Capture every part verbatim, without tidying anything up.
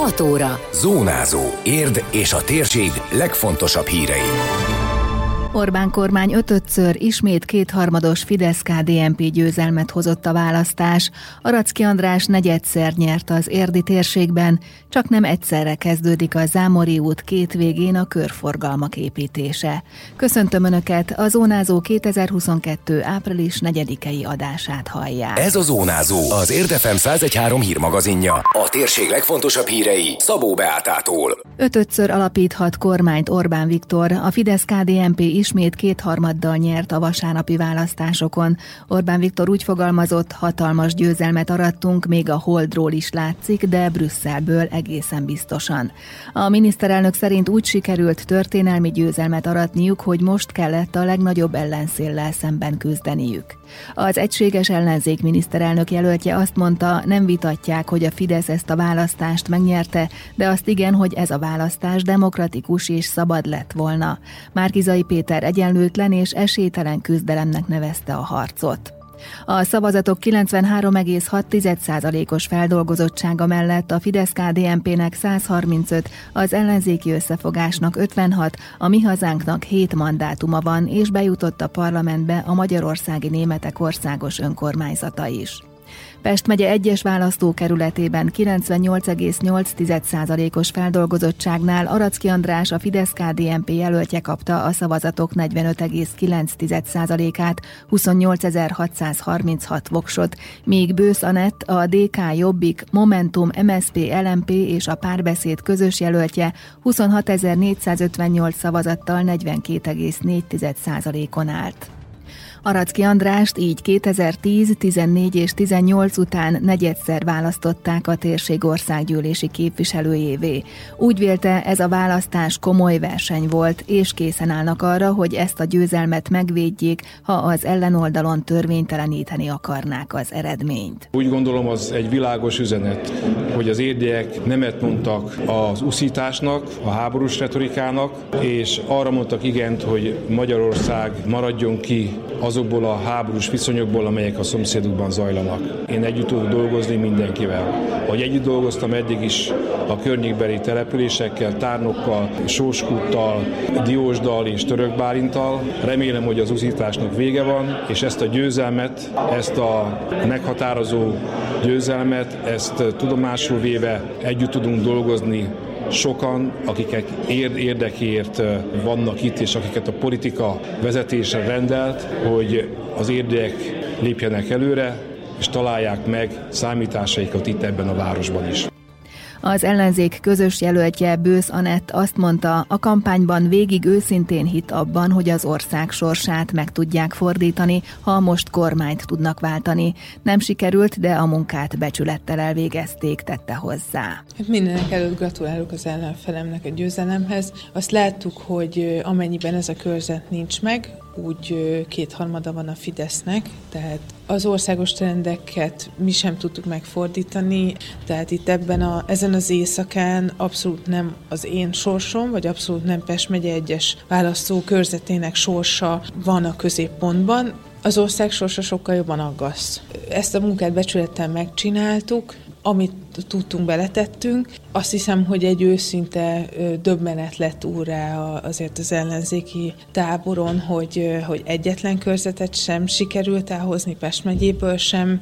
hat óra. Zónázó. Érd és a térség legfontosabb hírei. Orbán kormány ötödször ismét kétharmados Fidesz-ká dé en pé győzelmet hozott a választás. Aracki András negyedszer nyert az érdi térségben, csak nem egyszerre kezdődik a Zámori út két végén a körforgalmak építése. Köszöntöm Önöket, a Zónázó kétezer-huszonkettő április negyedikei adását hallják. Ez a Zónázó, az Érd ef em száz egy három hírmagazinja. A térség legfontosabb hírei Szabó Beátától. Ötödször alapíthat kormányt Orbán Viktor, a Fidesz-ká dé en pé ismét kétharmaddal nyert a vasárnapi választásokon. Orbán Viktor úgy fogalmazott, hatalmas győzelmet arattunk, még a holdról is látszik, de Brüsszelből egészen biztosan. A miniszterelnök szerint úgy sikerült történelmi győzelmet aratniuk, hogy most kellett a legnagyobb ellenszéllel szemben küzdeniük. Az egységes ellenzék miniszterelnök jelöltje azt mondta, nem vitatják, hogy a Fidesz ezt a választást megnyerte, de azt igen, hogy ez a választás demokratikus és szabad lett volna. Márki-Zay Péter egyenlőtlen és esélytelen küzdelemnek nevezte a harcot. A szavazatok kilencvenhárom egész hat százalékos feldolgozottsága mellett a Fidesz-ká dé en pének száz harmincöt, az ellenzéki összefogásnak ötvenhat, a Mi Hazánknak hét mandátuma van, és bejutott a parlamentbe a Magyarországi Németek Országos Önkormányzata is. Pest megye egyes választókerületében kilencvennyolc egész nyolc százalékos feldolgozottságnál Aracki András, a Fidesz-ká dé en pé jelöltje kapta a szavazatok negyvenöt egész kilenc százalékát, huszonnyolcezer-hatszázharminchat voksot, míg Bősz Anett, a dé ká Jobbik, Momentum, em es zé pé, el em pé és a Párbeszéd közös jelöltje huszonhatezer-négyszázötvennyolc szavazattal negyvenkét egész négy százalékon állt. Aracki Andrást így kétezer-tíz, tizennégy és tizennyolc után negyedszer választották a térség országgyűlési képviselőjévé. Úgy vélte, ez a választás komoly verseny volt, és készen állnak arra, hogy ezt a győzelmet megvédjék, ha az ellenoldalon törvényteleníteni akarnák az eredményt. Úgy gondolom, az egy világos üzenet, hogy az érdiek nemet mondtak az uszításnak, a háborús retorikának, és arra mondtak igent, hogy Magyarország maradjon ki azokból a háborús viszonyokból, amelyek a szomszédukban zajlanak. Én együtt tudok dolgozni mindenkivel. Ahogy együtt dolgoztam eddig is a környékbeli településekkel, Tárnokkal, Sóskúttal, Diósdal és Török Bálinttal. Remélem, hogy az uszításnak vége van, és ezt a győzelmet, ezt a meghatározó győzelmet, ezt tudomásul véve együtt tudunk dolgozni sokan, akik érdekéért vannak itt, és akiket a politika vezetése rendelt, hogy az érdiek lépjenek előre, és találják meg számításaikat itt ebben a városban is. Az ellenzék közös jelöltje Bősz Anett azt mondta, a kampányban végig őszintén hitt abban, hogy az ország sorsát meg tudják fordítani, ha most kormányt tudnak váltani. Nem sikerült, de a munkát becsülettel elvégezték, tette hozzá. Mindenek előtt gratulálok az ellenfelemnek a győzelemhez. Azt láttuk, hogy amennyiben ez a körzet nincs meg, úgy kétharmada van a Fidesznek, tehát az országos trendeket mi sem tudtuk megfordítani, tehát itt ebben a, ezen az éjszakán abszolút nem az én sorsom, vagy abszolút nem Pest megye egyes választókörzetének sorsa van a középpontban. Az ország sorsa sokkal jobban aggaszt. Ezt a munkát becsülettel megcsináltuk, amit tudtunk, beletettünk. Azt hiszem, hogy egy őszinte döbbenet lett úrrá azért az ellenzéki táboron, hogy, hogy egyetlen körzetet sem sikerült elhozni Pest megyéből sem.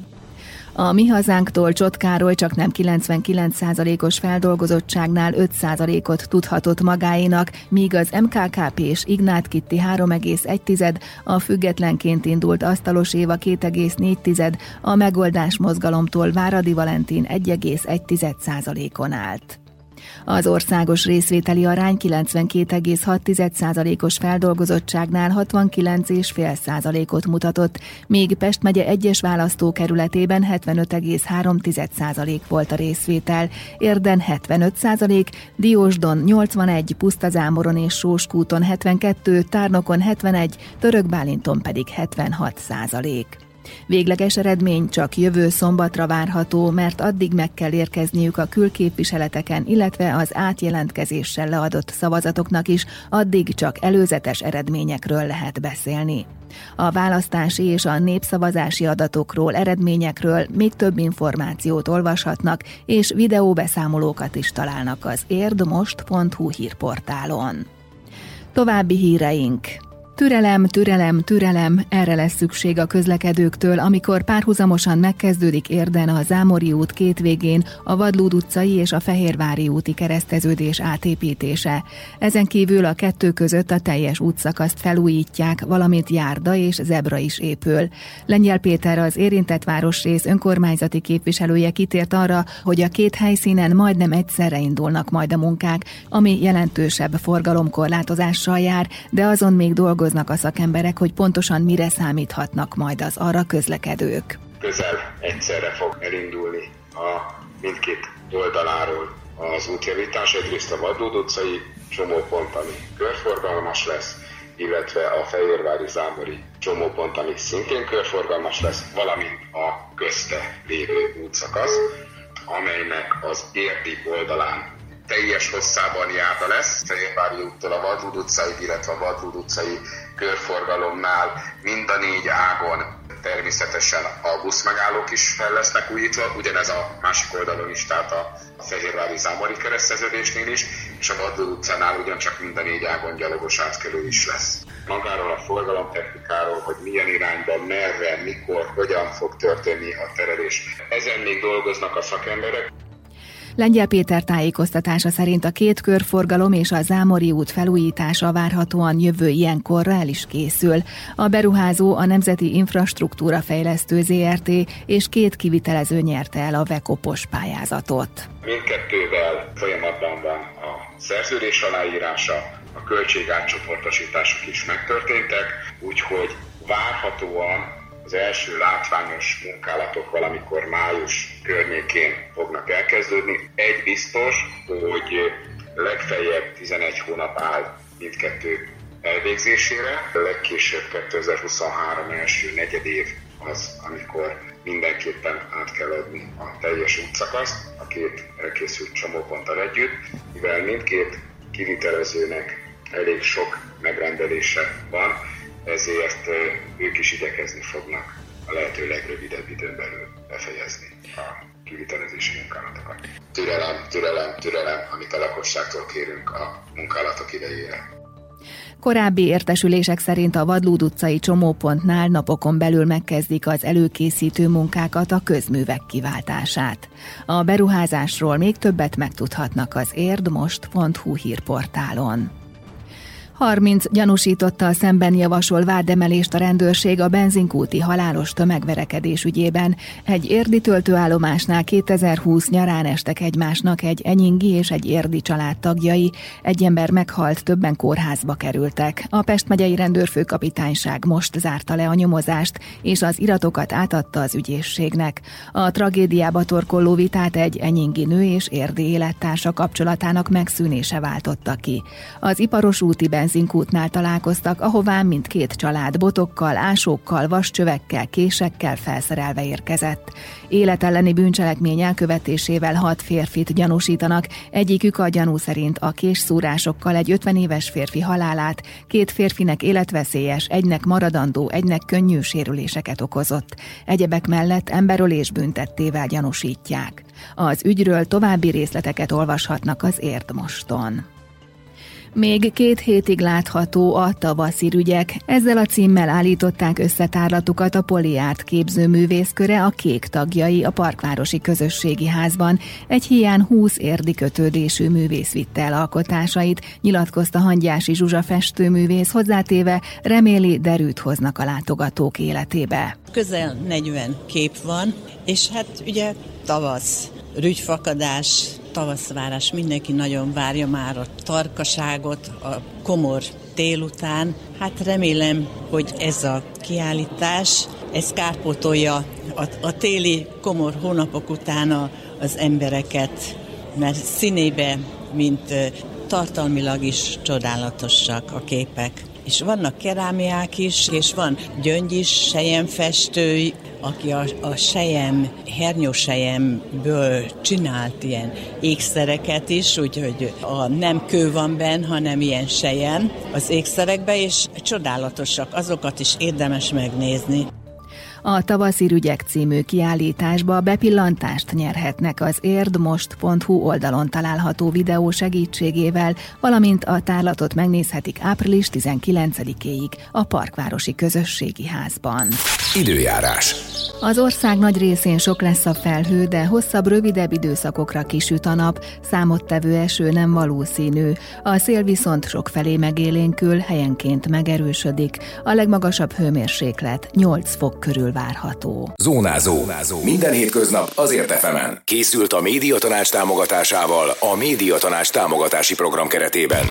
A Mi Hazánktól Csott Károly csak nem kilencvenkilenc százalékos feldolgozottságnál öt százalékot tudhatott magáénak, míg az em ká ká pé és Ignát Kitti három egész egy, a függetlenként indult Asztalos Éva két egész négy, a Megoldás mozgalomtól Váradi Valentin egy egész egy százalékon állt. Az országos részvételi arány kilencvenkét egész hat százalékos feldolgozottságnál hatvankilenc egész öt százalékot mutatott, míg Pest megye egyes választókerületében hetvenöt egész három százalék volt a részvétel, Érden hetvenöt százalék, Diósdon nyolcvanegy, Pusztazámoron és Sóskúton hetvenkettő, Tárnokon hetvenegy, Török Bálinton pedig hetvenhat százalék. Végleges eredmény csak jövő szombatra várható, mert addig meg kell érkezniük a külképviseleteken, illetve az átjelentkezéssel leadott szavazatoknak is, addig csak előzetes eredményekről lehet beszélni. A választási és a népszavazási adatokról, eredményekről még több információt olvashatnak, és videóbeszámolókat is találnak az érdmost pont hu hírportálon. További híreink. Türelem, türelem, türelem, erre lesz szükség a közlekedőktől, amikor párhuzamosan megkezdődik Érden a Zámori út két végén a Vadlód utcai és a Fehérvári úti kereszteződés átépítése. Ezen kívül a kettő között a teljes útszakaszt felújítják, valamint járda és zebra is épül. Lengyel Péter, az érintett városrész önkormányzati képviselője kitért arra, hogy a két helyszínen majdnem egyszerre indulnak majd a munkák, ami jelentősebb forgalomkorlátozással jár, de azon még dolgoznak a szakemberek, hogy pontosan mire számíthatnak majd az arra közlekedők. Közel egyszerre fog elindulni a mindkét oldaláról az útjavítás, egyrészt a Vadlód utcai csomópont, ami körforgalmas lesz, illetve a Fehérvári Zámori csomópont, ami szintén körforgalmas lesz, valamint a közte lévő útszakasz, amelynek az érdi oldalán teljes hosszában járda lesz, Fehérvári úttól a Vadlód utcai, illetve a Vadlód utcai körforgalomnál mind a négy ágon természetesen a buszmegállók is fel lesznek újítva, ugyanez a másik oldalon is, tehát a Fehérvári Zámori kereszteződésnél is, és a Vadlód utcánál ugyancsak mind a négy ágon gyalogos átkelő is lesz. Magáról a forgalomtechnikáról, hogy milyen irányban, merre, mikor, hogyan fog történni a terelés. Ezen még dolgoznak a szakemberek. Lengyel Péter tájékoztatása szerint a két körforgalom és a Zámori út felújítása várhatóan jövő ilyenkorra el is készül. A beruházó a Nemzeti Infrastruktúra Fejlesztő zé er té és két kivitelező nyerte el a Vekopos pályázatot. Mindkettővel folyamatban van a szerződés aláírása, a költségátcsoportosítások is megtörténtek, úgyhogy várhatóan az első látványos munkálatok valamikor május környékén fognak elkezdődni. Egy biztos, hogy legfeljebb tizenegy hónap áll mindkettő elvégzésére. Legkésőbb kétezer-huszonhárom első negyedév az, amikor mindenképpen át kell adni a teljes útszakaszt a két elkészült csomóponttal együtt, mivel mindkét kivitelezőnek elég sok megrendelése van, ezért ők is igyekezni fognak a lehető legrövidebb időn belül befejezni a kivitelezési munkálatokat. Türelem, türelem, türelem, amit a lakosságtól kérünk a munkálatok idejére. Korábbi értesülések szerint a Vadlód utcai csomópontnál napokon belül megkezdik az előkészítő munkákat, a közművek kiváltását. A beruházásról még többet megtudhatnak az érdmost pont hu hírportálon. harminc gyanúsítottal szemben javasol vádemelést a rendőrség a benzinkúti halálos tömegverekedés ügyében. Egy érdi töltőállomásnál kétezer-húsz nyarán estek egymásnak egy enyingi és egy érdi családtagjai. Egy ember meghalt, többen kórházba kerültek. A Pest megyei rendőrfőkapitányság most zárta le a nyomozást, és az iratokat átadta az ügyészségnek. A tragédiába torkolló vitát egy enyingi nő és érdi élettársa kapcsolatának megszűnése váltotta ki. Az Iparos úti benzinkútnál találkoztak, ahová mindkét család botokkal, ásókkal, vascsövekkel, késekkel felszerelve érkezett. Életelleni bűncselekmény elkövetésével hat férfit gyanúsítanak, egyikük a gyanú szerint a késszúrásokkal egy ötven éves férfi halálát, két férfinek életveszélyes, egynek maradandó, egynek könnyű sérüléseket okozott. Egyebek mellett emberölés büntettével gyanúsítják. Az ügyről további részleteket olvashatnak az Érdmoston. Még két hétig látható a tavaszi rügyek. Ezzel a címmel állították összetárlatukat a Poliárt képzőművészköre, a Kék tagjai a Parkvárosi Közösségi Házban. Egy hiány húsz érdi kötődésű művész vitte el alkotásait, nyilatkozta Hangyási Zsuzsa festőművész, hozzátéve reméli, derűt hoznak a látogatók életébe. Közel negyven kép van, és hát ugye tavasz, rügyfakadás, tavaszvárás, mindenki nagyon várja már a tarkaságot, a komor tél után. Hát remélem, hogy ez a kiállítás, ez kárpótolja a, a téli komor hónapok után a, az embereket, mert színébe, mint tartalmilag is csodálatosak a képek. És vannak kerámiák is, és van gyöngy is, selyemfestő, aki a, a sejem, hernyósejemből csinált ilyen ékszereket is, úgyhogy a nem kő van benne, hanem ilyen sejem az ékszerekbe, és csodálatosak, azokat is érdemes megnézni. A Tavaszi Rügyek című kiállításba bepillantást nyerhetnek az érdmost pont hu oldalon található videó segítségével, valamint a tárlatot megnézhetik április tizenkilencedikéig a Parkvárosi Közösségi Házban. Időjárás. Az ország nagy részén sok lesz a felhő, de hosszabb, rövidebb időszakokra kisüt a nap, számottevő eső nem valószínű. A szél viszont sokfelé megélénkül, helyenként megerősödik. A legmagasabb hőmérséklet nyolc fok körül várható. Zónázó. Zónázó. Minden hétköznap azért ef emen. Készült a Médiatanács támogatásával a Médiatanács támogatási program keretében.